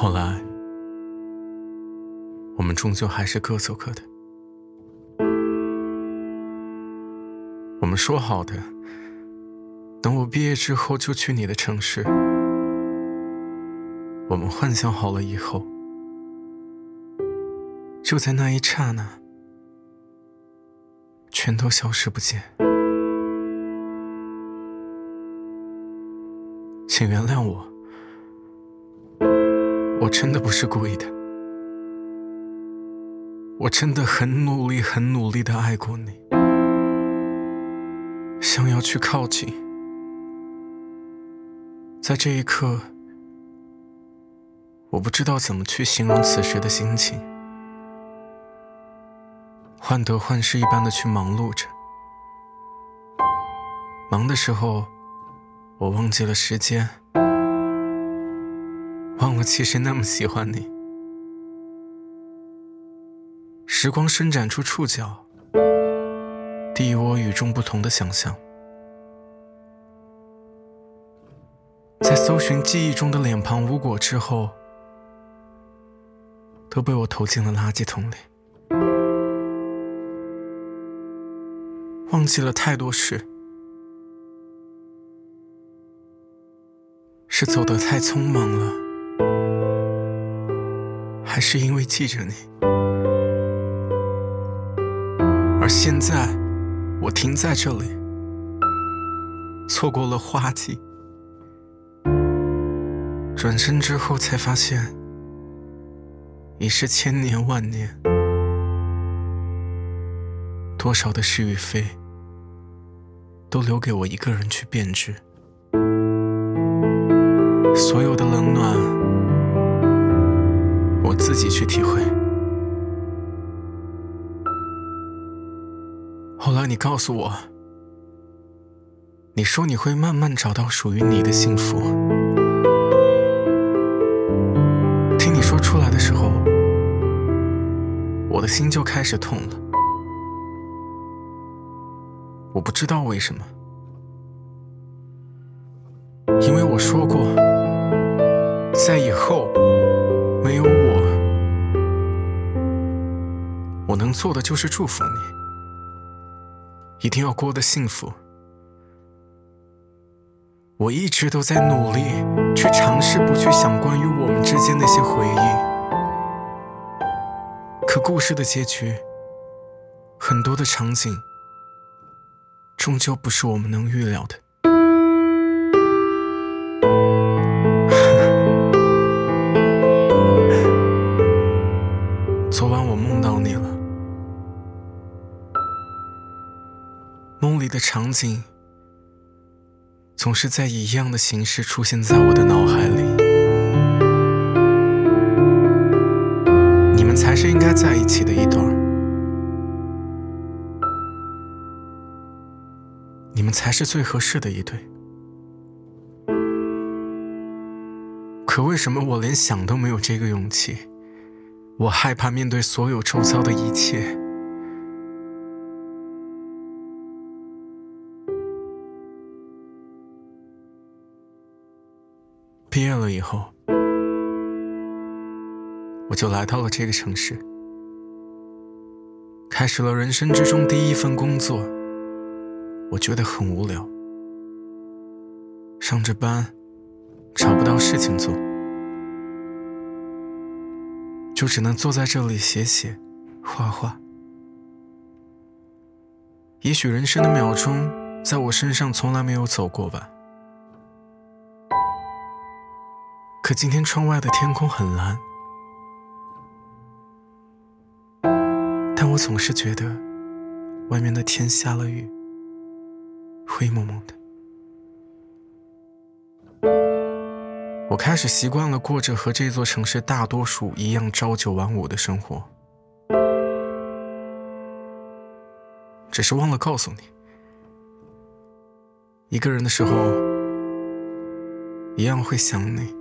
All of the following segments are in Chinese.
后来我们终究还是各走各的。我们说好的，等我毕业之后就去你的城市。我们幻想好了以后，就在那一刹那，全都消失不见。请原谅我，我真的不是故意的，我真的很努力很努力地爱过你，想要去靠近。在这一刻，我不知道怎么去形容此时的心情，患得患失一般的去忙碌着。忙的时候，我忘记了时间，忘了其实那么喜欢你。时光伸展出触角，递予我与众不同的想象。在搜寻记忆中的脸庞无果之后，都被我投进了垃圾桶里。忘记了太多事，是走得太匆忙了，还是因为记着你？而现在我停在这里，错过了花季，转身之后才发现已是千年万年，多少的是与非都留给我一个人去编织，所有的冷暖我自己去体会。后来你告诉我，你说你会慢慢找到属于你的幸福。听你说出来的时候，我的心就开始痛了。我不知道为什么，因为我说过，在以后没有我能做的就是祝福你，一定要过得幸福。我一直都在努力去尝试不去想关于我们之间那些回忆，可故事的结局，很多的场景终究不是我们能预料的。昨晚我梦到你了，梦里的场景总是在一样的形式出现在我的脑海里。你们才是应该在一起的一对儿，你们才是最合适的一对。可为什么我连想都没有这个勇气？我害怕面对所有周遭的一切。毕业了以后，我就来到了这个城市，开始了人生之中第一份工作。我觉得很无聊，上着班找不到事情做，就只能坐在这里写写画画。也许人生的秒钟在我身上从来没有走过吧，可今天窗外的天空很蓝，但我总是觉得外面的天下了雨，灰蒙蒙的。我开始习惯了过着和这座城市大多数一样朝九晚五的生活，只是忘了告诉你，一个人的时候一样会想你，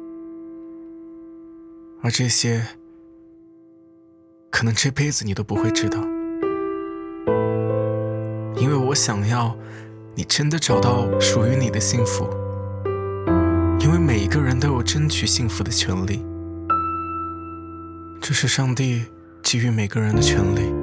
而这些可能这辈子你都不会知道，因为我想要你真的找到属于你的幸福，因为每一个人都有争取幸福的权利。 这是上帝给予每个人的权利。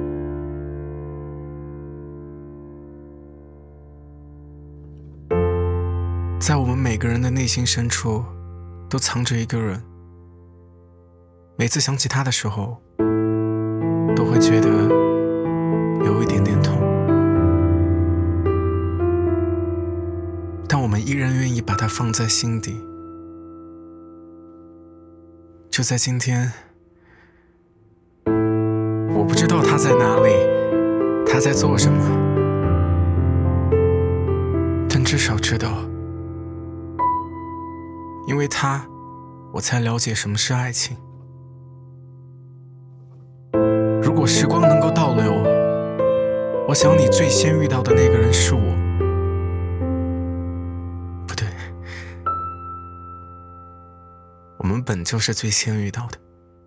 在我们每个人的内心深处，都藏着一个人。每次想起他的时候，都会觉得有一点点痛，但我们依然愿意把它放在心底。就在今天，我不知道他在哪里，他在做什么，但至少知道，因为他，我才了解什么是爱情。如果时光能够倒流，我想你最先遇到的那个人是我。不对，我们本就是最先遇到的。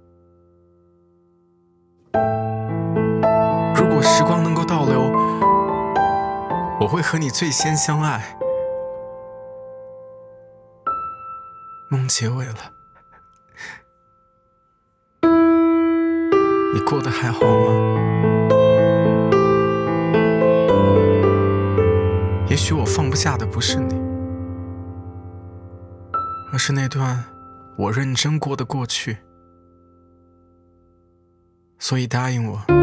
如果时光能够倒流，我会和你最先相爱。梦结尾了，你过得还好吗？也许我放不下的不是你，而是那段我认真过的过去。所以答应我，